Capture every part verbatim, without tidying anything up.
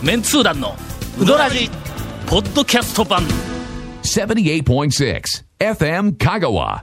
メンツー団のウドラジポッドキャスト版ななじゅうはちてんろく エフエム 香川。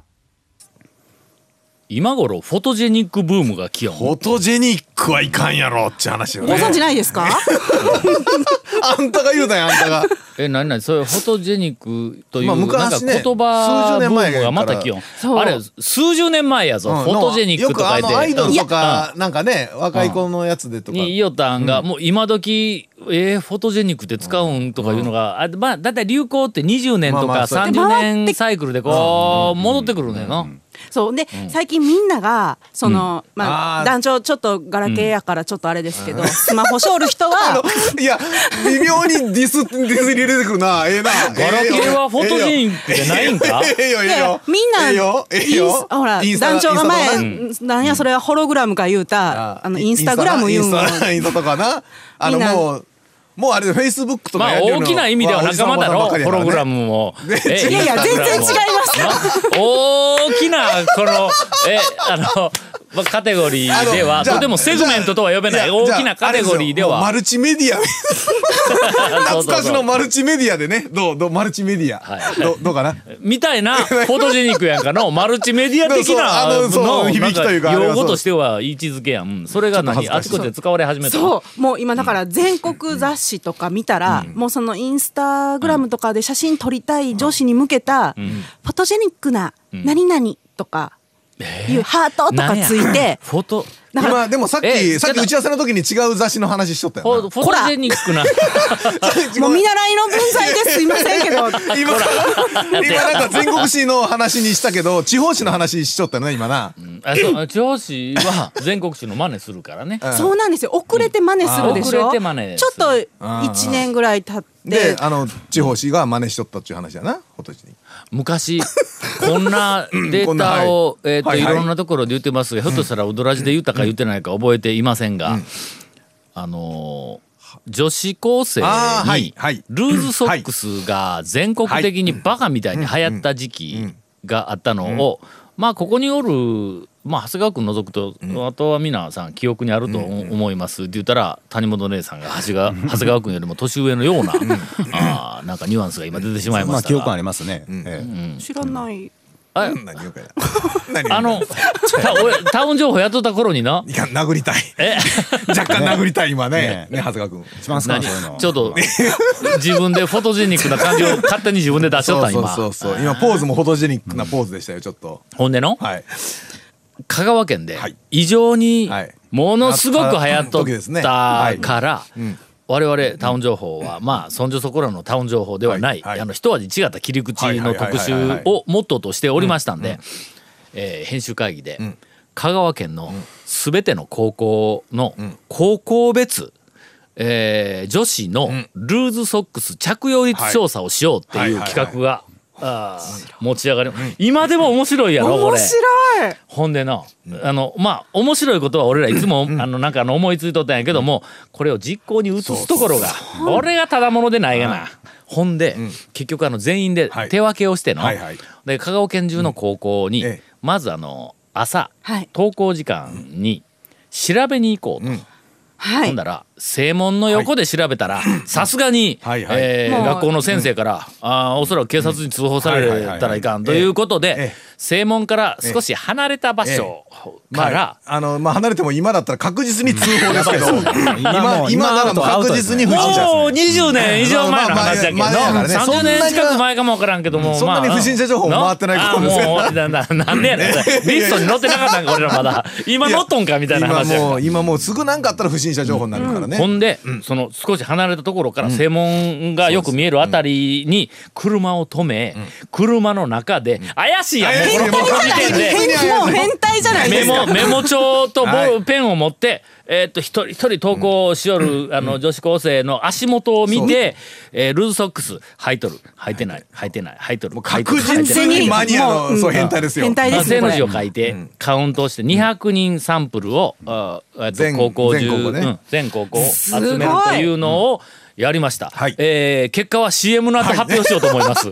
今頃フォトジェニックブームが来よん。 フォトジェニックはいかんやろって話よね。 ご存知ないですか？ あんたが言うたんや、あんたが。 え、なになに、そういうフォトジェニックという、 まあなんか昔ね言葉ブームがまた来よん。 そうあれ数十年前やぞ、 うんフォトジェニックと書いて、 よくあのアイドルとかうんなんかね、若い子のやつでとかに言おったんが、もう今時えー、フォトジェニックって使うんとかいうのが、あ、まあだいたい流行ってにじゅうねんとまあまあそうかさんじゅうねんサイクルでこう戻ってくるんだよな。 そうで、最近みんながその、まああー団長ちょっとガラケーやからちょっとあれですけど、スマホしょる人はいや微妙にディスディス入れてくるな。ええな。 ガラケーはフォトジェニックじゃないんか？ ええよええよ。 みんなええよええインスよ。 ほらインスタ団長が前、 インスタとかななんやそれはホログラムか言うたあのインスタグラム言うんインスタインスタとかな。あのみんなもうもうあれでフェイスブックとかまあやってるの大きな意味では仲間だろ、ホログラムも。えいやいや全然違いますよ。 大きなこのえあのまあカテゴリーではあのじゃあとてもセグメントとは呼べないや大きなカテゴリーではじゃああれすよもうマルチメディアそうそうそう懐かしのマルチメディアでね。どうどうマルチメディア、 はいどどうかな。 みたいなフォトジェニックやんかのマルチメディア的なそうあのそうの響きというかなんあれはそう用語としては位置づけやん。それが何ちょっと恥ずかしいあちこちで使われ始めた。 そうもう今だから全国雑誌とか見たら、もうそのインスタグラムとかで写真撮りたい女子に向けた、フォトジェニックな何々とかいうハートとかついて、 フォトだから今でもさっきえさっき打ち合わせの時に違う雑誌の話しとったよな。 フォフォトジェニックなもう見習いの文才ですいませんけど今今なんか全国紙の話にしたけど地方紙の話しとったよね今な。 あそう地方紙は全国紙の真似するからね。 そうなんですよ。遅れて真似するでしょ、 遅れて真似ちょっといちねんぐらい経ってであの地方紙が真似しとったっていう話やな。フォトジェニック昔こんなデータをえっといろんなところで言ってますが、ひょっとしたらウドラジで言ったか言ってないか覚えていませんが、あの女子高生あーはいにはいルーズソックスが全国的にバカみたいに流行った時期があったのを、まあここにおるまあ長谷川君除くと、あとは皆さん記憶にあると思いますって言ったら谷本姉さんが長谷川長谷川君よりも年上のようなあーなんかニュアンスが今出てしまいましたが、 まあ記憶ありますね。ええ知らない。 あ何よかや何あのた俺タウン情報やっとった頃にないや殴りたいえ若干殴りたい今ねねね長谷川君。 しますか何そういうの。 ちょっと自分でフォトジェニックな感じを勝手に自分で出しとったんそう今そうそうそう今ポーズもフォトジェニックなポーズでしたよちょっと。 ほんでのはい香川県ではい異常にはいものすごく流行っとっ時ですねたはいからうん我々タウン情報はまあそんじょそこらのタウン情報ではない、 はいはいあの一味違った切り口の特集をモットーとしておりましたんで、えー編集会議でん香川県の全ての高校の高校別、えー女子のルーズソックス着用率調査をしようっていう企画があー持ち上がり、今でも面白いやろこれ。 面白い。 ほんでな、あのまあ面白いことは俺らいつも、あのなんかあの思いついとったんやけども、これを実行に移すところが俺がただものでないがな。ほんで、結局あの全員ではい手分けをしての、 はいはいで香川県中の高校に、 うんええまずあの朝、 はい登校時間に調べに行こうと。 うんはいほんだら正門の横で調べたらさすがにはいはいもうえー学校の先生からあーおそらく警察に通報されたらいかんということえでえ正門から少し離れた場所まからああのまあ離れても今だったら確実に通報ですけど今もう今ならもう確実に不審者ですねもうにじゅうねん以上前の話だけどまあまあ前やからねさんじゅうねん近く前かもわからんけどもそんなに不審者情報も回ってない頃ですねあーもうなななんでやねんリストに載ってなかったんか俺らまだ今載っとんかみたいな今話やんかもう今もうすぐなんかあったら不審者情報になるからね。 ほんで、その少し離れたところから正門がよく見えるあたりに車を止め、車の中で怪しいやん、もうこのこの時点で変もう変態じゃないでメすか。 モメモ帳とボール、 はいペンを持って、えーっと一人一人登校しよる、あの女子高生の足元を見て、えールーズソックス履いとる履いてない履いてない履いとる履いとる確実にマニアもうのそう変態ですよ。 変態ですねこれ正の字を書いてカウントをしてにひゃくにんサンプルを、あえっと全高校中全高校ねうん全高校集めるというのをやりました、 はいえー結果は シーエム の後発表しようと思います、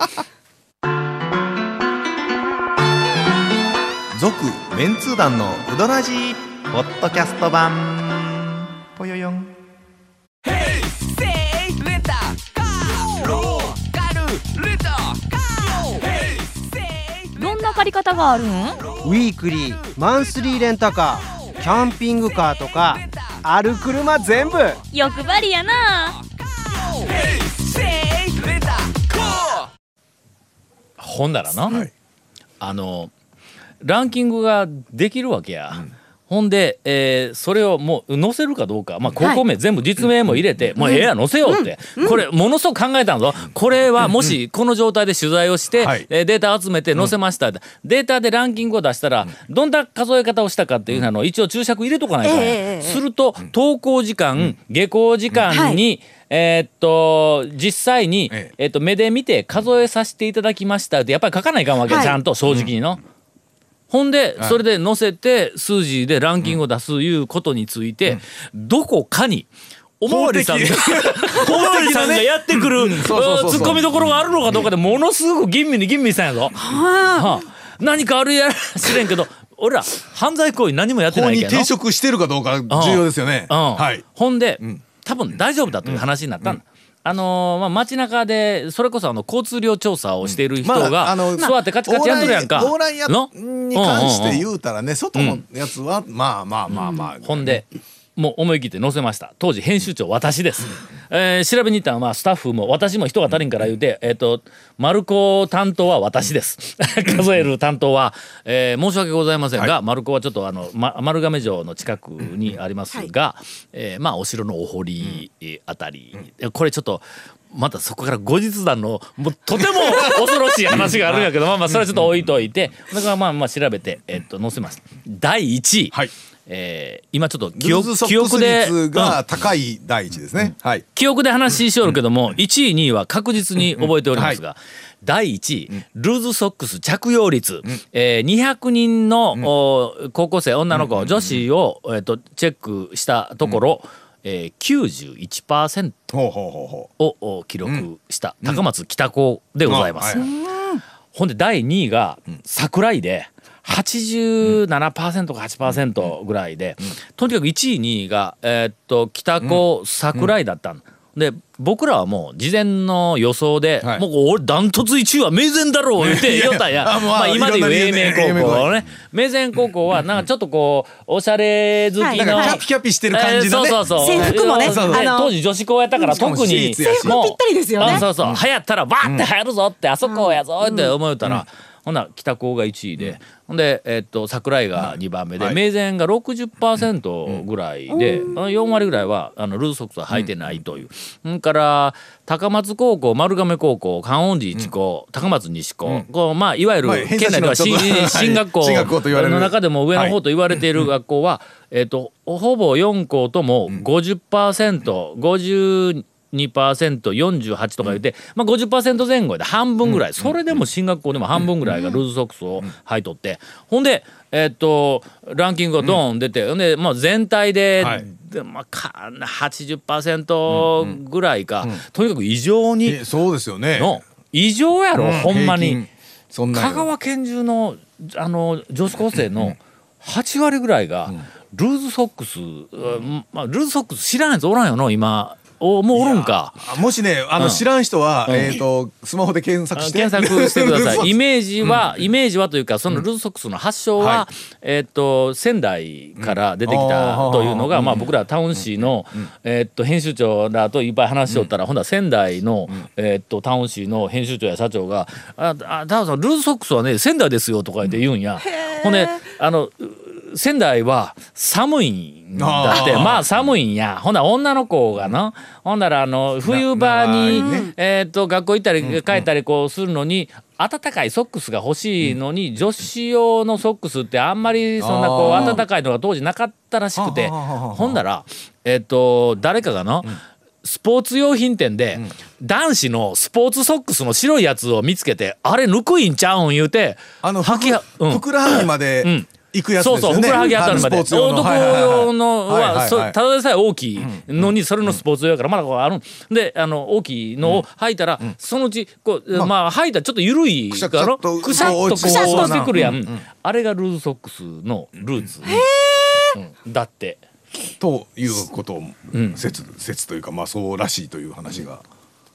続メンツー団のウドラジーポッドキャスト版ぽよよんせ借り方があるん？ ウィークリーマンスリーレンタカーキャンピングカーとかある車全部欲張りやな。 ほんならな、 はいあのランキングができるわけや、うん、ほんで、えー、それをもう載せるかどうか、まあ、高校名、はい、全部実名も入れて、うん、もうええや載せようって、うん、これものすごく考えたんぞ。これはもしこの状態で取材をして、うん、えー、データ集めて載せました、うん、データでランキングを出したら、うん、どんな数え方をしたかっていうのを一応注釈入れとかないから、えー、すると登校時間、うん、下校時間に、はい、えー、っと実際に、えー、っと目で見て数えさせていただきましたってやっぱり書かないかんわけ、はい、ちゃんと正直にの、うん、ほんでそれで載せて数字でランキングを出すいうことについて、うん、どこかにおまわりさんがおまわりさんがやってくるツッコミどころがあるのかどうかでものすごく吟味に吟味したんやぞ、はあ、何かあるや知れんけど俺ら犯罪行為何もやってないけど法に抵触してるかどうか重要ですよね、 うんうん、 はい、 ほんで、うん、多分大丈夫だという話になったんだ、うんうん、あのーまあ、街中でそれこそあの交通量調査をしている人が、うん、まあ、あの座ってカチカチやってるやんか。 往来に関して言うたらね、外のやつはまあまあまあまあ、うん、 ほんでもう思い切って載せました。当時編集長私です、えー、調べに行ったのはまあスタッフも私も人が足りんから言うて、えー、と丸子担当は私です数える担当は、えー、申し訳ございませんが、はい、丸子はちょっとあの、ま、丸亀城の近くにありますが、はい、えー、まあお城のお堀あたり、うん、これちょっとまたそこから後日談のもうとても恐ろしい話があるんやけどまあまあそれはちょっと置いといて、だからまあまあ調べて、えっと載せます。だいいちい、はい、えー、今ちょっと記憶記憶でルーズソックス率が高いだいいちですね、うん、はい、 記憶で話しよるけども、うん、いちいにいは確実に覚えておりますが、うん、はい、だいいちい、うん、ルーズソックス着用率、うん、えー、にひゃくにんの、うん、高校生女の子、うん、女子を、えー、とチェックしたところ、うん、えー、きゅうじゅういちパーセント を記録した高松北高でございます、うんうん、ほんでだいにいが桜井ではちじゅうななパーセントか はちパーセント ぐらいで、とにかくいちいにいが、えー、っと北高桜井だったんで、僕らはもう事前の予想で、はい、もう俺ダントツいちいは明前だろう言って言ったんやまあ今でいう英明高校のね、明前高校はなんかちょっとこうおしゃれ好きの、はい、 なんかキャピキャピしてる感じのね、 えー、そうそうそう、 制服もね、 あの当時女子校やったから特に制服ぴったりですよね。 そうそう、うん、流行ったらバーって流行るぞって、あそこやぞって思うたら、うんうん、ほんなら北高がいちいで、ほんで、えー、っと桜井がにばんめで、はい、明前が ろくじゅっパーセント ぐらいで、うん、よんわりぐらいはあのルーズソックスは履いてないという、うん、から高松高校、丸亀高校、観音寺一高、うん、高松西高、うん、こうまあいわゆる県内では進学校の中でも上の方と言われている学校は、はい、えー、っとほぼよん校とも ごじゅっパーセント、ごじゅうにパーセント、よんじゅうはちとか言って、まあ、ごじゅっパーセント 前後で半分ぐらい、それでも進学校でも半分ぐらいがルーズソックスを履いとって、ほんで、えー、っとランキングがドーン出て、ほんで、まあ、全体で、はい、まあ、か はちじゅっパーセント ぐらいか、うんうん、とにかく異常にの、 そうですよね、 異常やろ、うん、ほんまにそんな香川県中の、あの女子高生のはちわりぐらいが、うん、ルーズソックス、うん、まあ、ルーズソックス知らないやつおらんよの今。おもうおるんか。 もしね、あの、うん、知らん人は、うん、えーとスマホで検索して検索してくださいイメージは、うん、イメージはというかそのルーズソックスの発祥は、はい、えー、と仙台から出てきたというのが、うん、まあ、僕らタウン誌の、うん、えー、と編集長らといっぱい話しとったら、うん、ほんだら仙台の、うん、えー、とタウン誌の編集長や社長が「ああタウンさんルーズソックスはね仙台ですよ」とか言って言うんや、うん、ほんであの仙台は寒いんだって、まあ寒いんや。ほんなら女の子がな、ほんならあの冬場に、ね、えー、と学校行ったり帰ったりこうするのに、暖かいソックスが欲しいのに、女子用のソックスってあんまりそんなこう暖かいのが当時なかったらしくて、ほんならえっ、ー、と誰かがな、うん、スポーツ用品店で、うん、男子のスポーツソックスの白いやつを見つけて、あれぬくいんちゃうん言うて、 あのふく、うん、ふくらはぎまで、うん、行くやつですよね。 そうそう、ふくらはぎあたりまで。男用のはただでさえ大きいのに、それのスポーツ用やからまだこうあるんで、あの大きいのを履いたら、そのうちこうまあ履いたらちょっと緩いくしゃっとこうしてくるやん。あれがルーズソックスのルーツだって。 ということを説説というか、まあそうらしいという話が。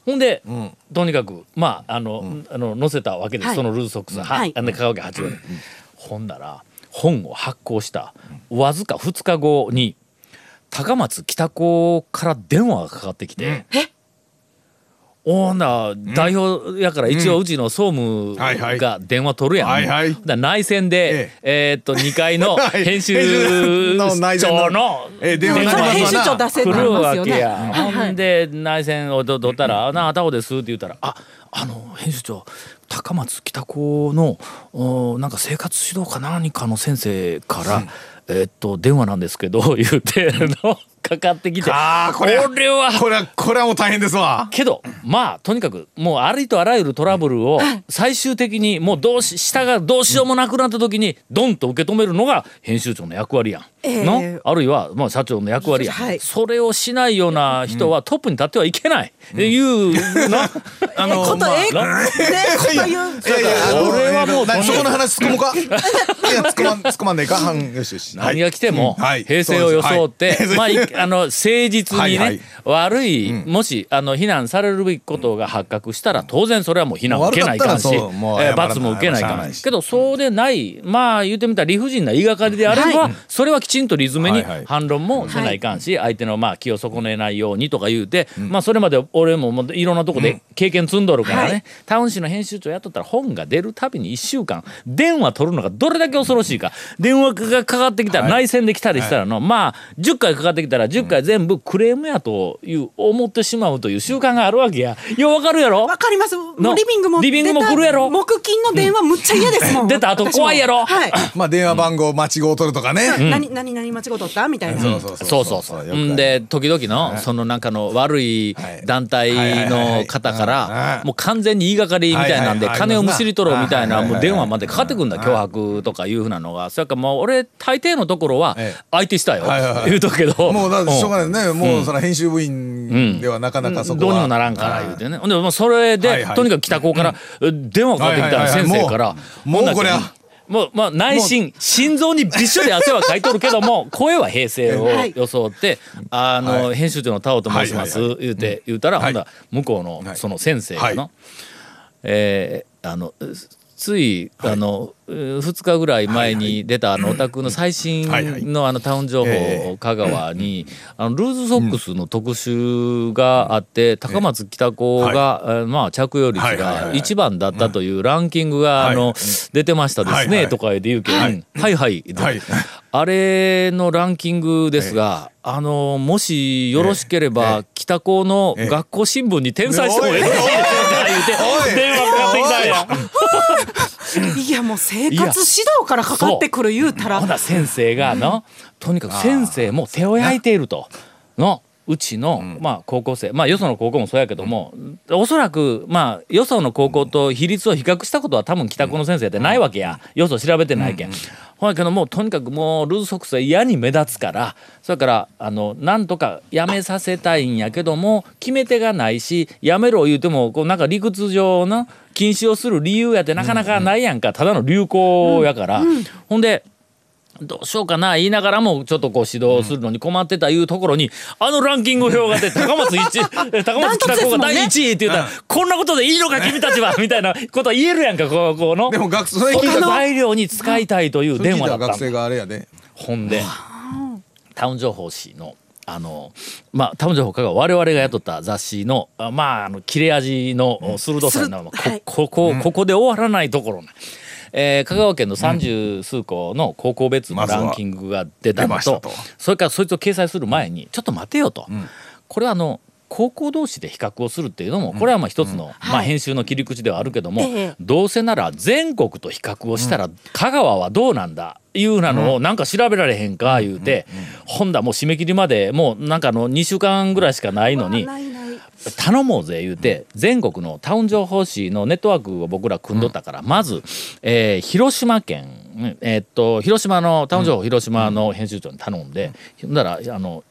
ほんで、 うん、 とにかくまああの、うん、あの載せたわけです、はい、そのルーズソックス、はい、あの香川県八王子、うん、ほんなら本を発行したわずかふつかごに高松北高から電話がかかってきて、うん、えおーな代表やから一応うちの総務が電話取るやん、はいはい、だ内線で、えええー、っとにかいの編集長の電話が編集長出せ来るわけや、 はいはい、 ほんで内線を取ったら「なあタオです」って言ったら「ああの編集長高松北高のなんか生活指導か何かの先生から、うんえっと電話なんですけど言うてのかかってきて、 あこれはこれはこれはこれはもう大変ですわ。 けどまあとにかくもうありとあらゆるトラブルを最終的にもうどうし下がどうしようもなくなった時にドンと受け止めるのが編集長の役割やん、えー、のあるいはまあ社長の役割やん、はい、それをしないような人はトップに立ってはいけない、うん、いうのあのことえこと言ういやいや俺はもうそこの話突っ込もうかいや突っ込まん突っ込まんねえかはんよしよし何が来ても平成を装ってまああの誠実にね、はいはい、悪い、うん、もしあの非難されるべきことが発覚したら当然それはもう非難を受けないかんし、えー、罰も受けないかんけどそうでないまあ言うてみたら理不尽な言いがかりであれば、はい、それはきちんと理詰めに反論もせないかんし、はい、相手のまあ気を損ねないようにとか言うて、はい、まあそれまで俺ももういろんなとこで経験積んどるからね、はい、タウン誌の編集長やっとったら本が出るたびにいっしゅうかん電話取るのがどれだけ恐ろしいか電話がかかってきたら、はい、内線で来たりしたらの、はい、まあじゅっかいかかってきたらじゅっかい全部クレームやという思ってしまうという習慣があるわけや。ようわかるやろ。 わかります。もうリビングもリビングも来るやろ。 木金の電話むっちゃ嫌ですもん、うん、 出た後怖いやろ。 はい、 まあ電話番号間違うとるとかね、 うん、何何何間違うとったみたいな、 うん、そうそうそうそう。で時々の、はい、そのなんかの悪い団体の方からもう完全に言いがかりみたいなんで金をむしり取ろうみたいなもう電話までかかってくるんだ脅迫とかいうふうなのがそれからもう俺大抵のところは相手したよ、はいはいはい、言うとくけどもうだってしょうがないね、うん、もうその編集部員ではなかなかそこは、うん、 どうにもならんから言うてね。ほんでもうそれで、はいはい、とにかく北高から電話かかってきたら先生からもうこれはもうまあ内心心臓にびっしょり汗はかいとるけども声は平成を装ってあの編集長の田尾と申します言うて言うたらほんだ向こうのその先生がのえあのついあのふつかぐらい前に出たあのお宅の最新のあのタウン情報香川にあのルーズソックスの特集があって高松北高がまあ着用率がいちばんだったというランキングがあの出てましたですねとかで言うけどはいはいあれのランキングですがあのもしよろしければ北高の学校新聞に転載してもよろしいですか言うて電話かかってきたんや。 いやもう生活指導からかかってくる言うたらほな先生がのとにかく先生も手を焼いているとのうちのまあ高校生まあよその高校もそうやけどもおそらくまあよその高校と比率を比較したことは多分北高の先生ってないわけやよそ調べてないけんほやけどもとにかくもうルーズソックスは嫌に目立つからそれからあのなんとかやめさせたいんやけども決め手がないしやめろ言うてもこうなんか理屈上の禁止をする理由やってなかなかないやんかただの流行やからほんでどうしようかな言いながらもちょっとこう指導するのに困ってたいうところにあのランキング表が出て高松一高松北高がだいいちいって言ったらこんなことでいいのか君たちはみたいなことは言えるやんかここのでも学生その材料に使いたいという電話だった学生があれやでほんでタウン情報誌のあのまあタウン情報課が我々が雇った雑誌のまああの切れ味の鋭さの、うん、こ, ここここで終わらないところねえー、香川県の三十数校の高校別のランキングが出たのと、それからそいつを掲載する前にちょっと待てよと、これはあの高校同士で比較をするっていうのもこれはまあ一つのまあ編集の切り口ではあるけども、どうせなら全国と比較をしたら香川はどうなんだいうなのをなんか調べられへんか言うて、ほんだもう締め切りまでもうなんかのにしゅうかんぐらいしかないのに頼もうぜ言うて全国のタウン情報誌のネットワークを僕ら組んどったからまず、えー、広島県、えー、っと広島のタウン情報広島の編集長に頼んで、ほんだらあの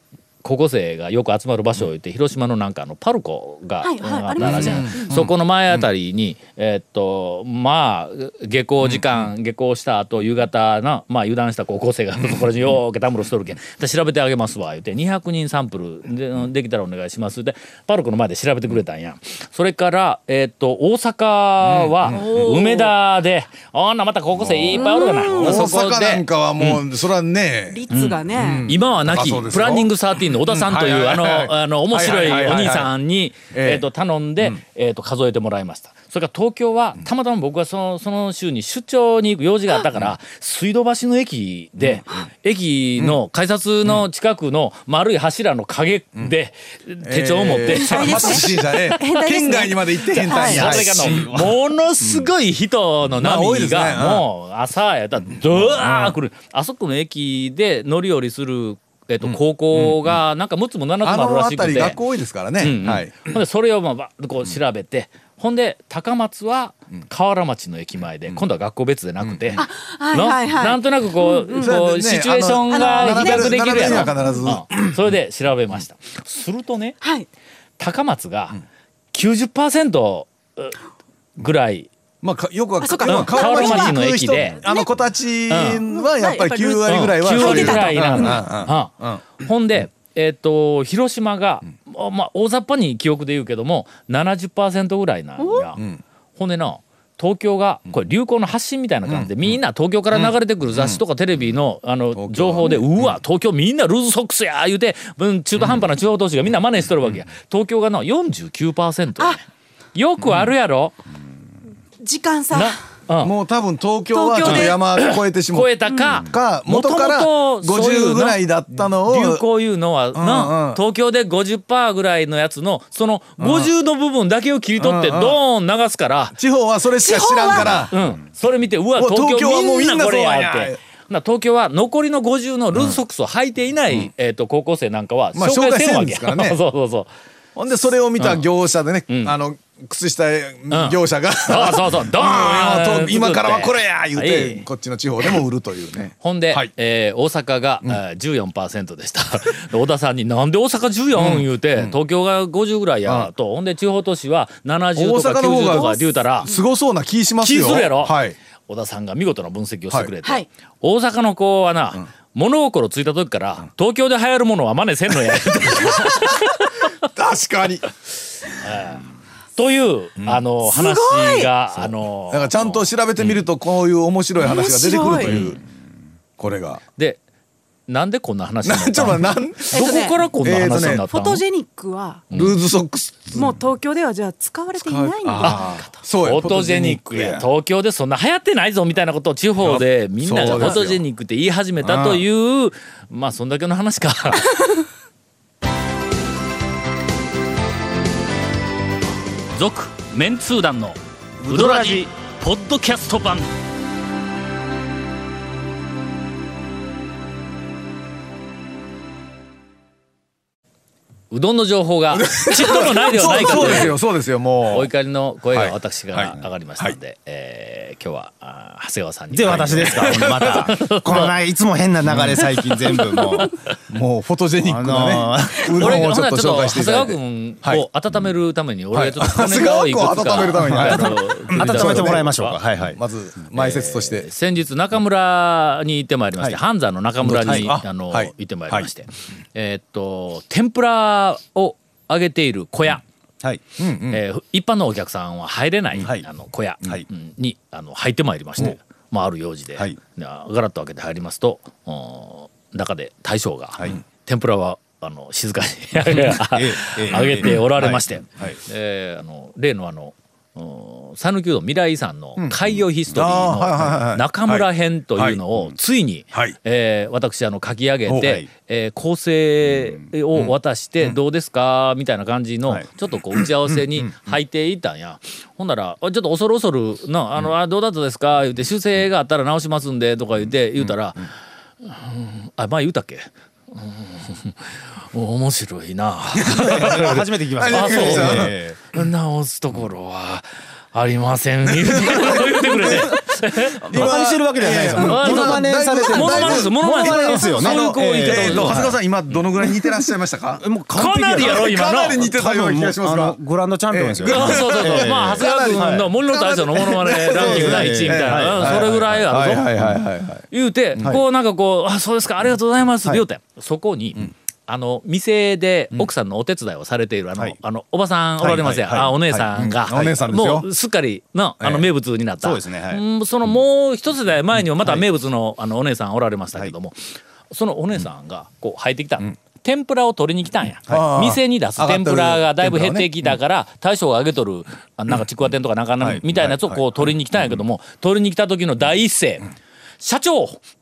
高校生がよく集まる場所を言って、広島のなんかあのパルコが、 はいはいあったらしい、そこの前あたりに、えーっとまあ下校時間、下校した後夕方の、まあ、油断した高校生がそこら中ようけたむろしとるけんで調べてあげますわ言ってにひゃくにんサンプルでできたらお願いしますってパルコの前で調べてくれたんや。それから、えーっと大阪は梅田で、あんなまた高校生いっぱいおるかな、 大そこ阪なんでかはもう、それはね、 率がね、 今は亡きそうですよプランニングサーティーンの小田さんというあのあの面白いお兄さんにえええっと頼んでえっと数えてもらいました。それから東京はたまたま僕はそのその週に出張に行く用事があったから水道橋の駅で駅の改札の近くの丸い柱の陰で手帳を持ってえーまさしじゃね県外にまで行ってへんたんや。 それがのものすごい人のまあ多いで波すねがもう朝やったらドワー来る。あそこの駅で乗り降りするえっと高校がなんかむつもななつもあるらしくて、 あの辺り学校多いですからね。 うんうんはい。 ほんでそれをまあバッとこう調べて、ほんで高松は河原町の駅前で、今度は学校別でなくて、 はいのはいはいなんとなくこう、こそううですねシチュエーションが比較できるやろ。 あの並べるには必ずうんそれで調べました。するとね、 はい高松が きゅうじゅっパーセント ぐらい。 まあかよくはあそっか要は河原町の駅であの子たちはやっぱりきゅうわりぐらいはきゅうわりぐそういうらいなうんうんの。うんほんで、えっと広島が、まあ大雑把に記憶で言うけども ななじゅっパーセント ぐらいなんや。ほんでな東京がこれ流行の発信みたいな感じで、みんな東京から流れてくる雑誌とかテレビのあの情報で、うわ東京みんなルーズソックスや言うて、うん中途半端な地方都市がみんな真似しとるわけや。東京がの よんじゅうきゅうパーセント。よくあるやろ。 時間差な、うんもう多分東京はちょっと山越えてしま超っえたか、 か元から元々そういうごじゅうぐらいだったのを流行いうのはな、 うんうん東京で ごじゅっパーセント ぐらいのやつのそのごじゅうの部分だけを切り取ってドーン流すから、 地方はそれしか知らんからうん、それ見てうわうわ東東京はもう京みんなこれやみんなそうやって。な東京は残りのごじゅうのルーズソックスを履いていない、えー、と高校生なんかはまあ紹介せんわけや、 紹介せんですからねそうそうそうほんでそれを見た業者でねんあの靴下業者がそうそうそうドあーンー今からはこれや言うはいてこっちの地方でも売るというねほんで、 はいえー大阪が、えー、じゅうよんパーセント でした小田さんになんで大阪じゅうよん言うて、東京がごじゅうぐらいやと、ほんで地方都市はななじゅう大とか阪の方きゅうじゅうとかが言うたらすごそうな気しますよ気するやろはい小田さんが見事な分析をしてくれて、 はい大阪の子はな、物心ついた時から東京で流行るものは真似せんのや確かにという、あの話があのだからちゃんと調べてみるとこういう面白い話が出てくるというこれがでなんでこんな話になっなんちょたのっとなんどこからこんな話になったの、 フォトジェニックはルーズソックスもう東京ではじゃあ使われていないのかと。 そうやフォトジェニックや東京でそんな流行ってないぞみたいなことを地方でみんながフォトジェニックって言い始めたというまあそんだけの話か続メンツー団のウドラジポッドキャスト版うどんの情報がちっともないではないかとそうですいうよそうですよもうお怒りの声がはい私から上がりましたので、えー今日はあー長谷川さんにで私ですかまたこのないつも変な流れ最近全部もうもうフォトジェニックなあねうど俺ほんをちょっとなちょっと紹介して長谷川いただいて君はいを温めるために俺がちょっとはい骨がいくつか長谷川君を温めるためにはいあの温めてもらいましょうかはいはいまず前説として先日中村に行ってまいりまして、 はい半山の中村に、 はいああの、 はい行ってまいりまして、えーっと天ぷらを揚げている小屋、 はいえー一般のお客さんは入れない、 はいあの小屋、 はいうんにあの入ってまいりまして、まあ、ある用事で、 はいでガラッと開けて入りますとお中で大将が、 はい天ぷらはあの静かに揚げておられまして、 はいはいえーあの例のあの讃岐うどん未来遺産の開業ヒストリあーはいはいーのはい中村編というのをついに、 はいえー私あの書き上げて、 はいえー構成を渡してどうですかみたいな感じのはいちょっとこう打ち合わせに入っていったんや。ほんなら「ちょっと恐る恐るなあのあどうだったですか?」言って「修正があったら直しますんで」とか言って言うたら「うんあ前言うたっけうん面白いな」 初めて聞きましたあそうえ直すところはありません言うてくれてバカにしてるわけじゃないですよ。モノマネされてる。 モノマネですモノマネですよね。 そういうこう言い方をえーと長谷川さん今どのぐらい似てらっしゃいましたか？ もう完か璧なりやろ今の。 かなり似てたような気がしますが、 グランドチャンピオンですよ。 そうそうそう。まあ長谷川君の森の大将のモノマネランキングだいいちいみたいな、それぐらいあるぞ。 はいはいはいはい言うてこうなんかこうあそうですかありがとうございます言うてそこに。あの店で奥さんのお手伝いをされているあの、あのおばさんおられますやん、あお姉さんが、 お姉さんですよ。 もうすっかりのあの名物になった、 そうですね、はい、 うんそのもう一つで前にもまた名物のあのお姉さんおられましたけども、そのお姉さんがこう入ってきた、天ぷらを取りに来たんや、店に出す天ぷらがだいぶ減ってきたから大将があげとるなんかちくわ天とかなんかみたいなやつをこう取りに来たんやけども、取りに来た時の第一声、社長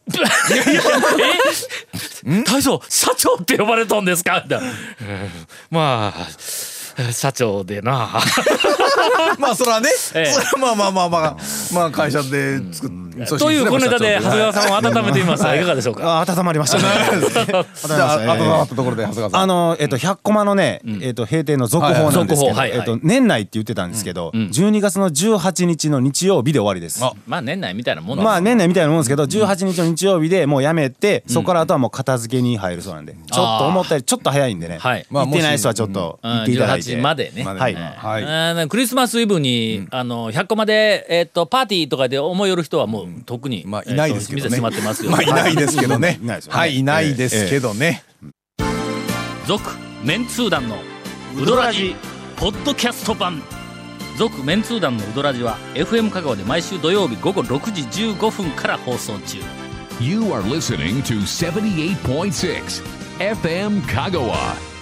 え大将社長って呼ばれとんですかみたいな、まあ社長でなまあそれはね、 ええそれはまあまあまあまあまあ会社で作っという小ネタで長谷川さんを温めてみました。いかがでしょうか。 あ温まりましたね。 じゃあ温まったところで長谷川さん、 あのえっとひゃくコマのねえっと閉店の続報なんですけど、えっと年内って言ってたんですけど、じゅうにがつのじゅうはちにちの日曜日で終わりです。 まあ年内みたいなもん。 まあ年内みたいなもんですけど、じゅうはちにちの日曜日でもうやめて、そこからあとはもう片付けに入るそうなんで、ちょっと思ったよりちょっと早いんでね。行ってない人はちょっと行っていただいて。 じゅうはちまでね。 はいはい。クリスマスイブにあのひゃくコマでえっとパーティーとかで思い寄る人はもう特にまあいないですけどね。 店閉まってますよ。 まあいないですけどね。はいいないですけどね。 続メンツー団のウドラジポッドキャスト版。続メンツー団のウドラジは エフエム 香川で毎週土曜日午後ろくじじゅうごふんから放送中。 You are listening to seventy-eight point six エフエム 香川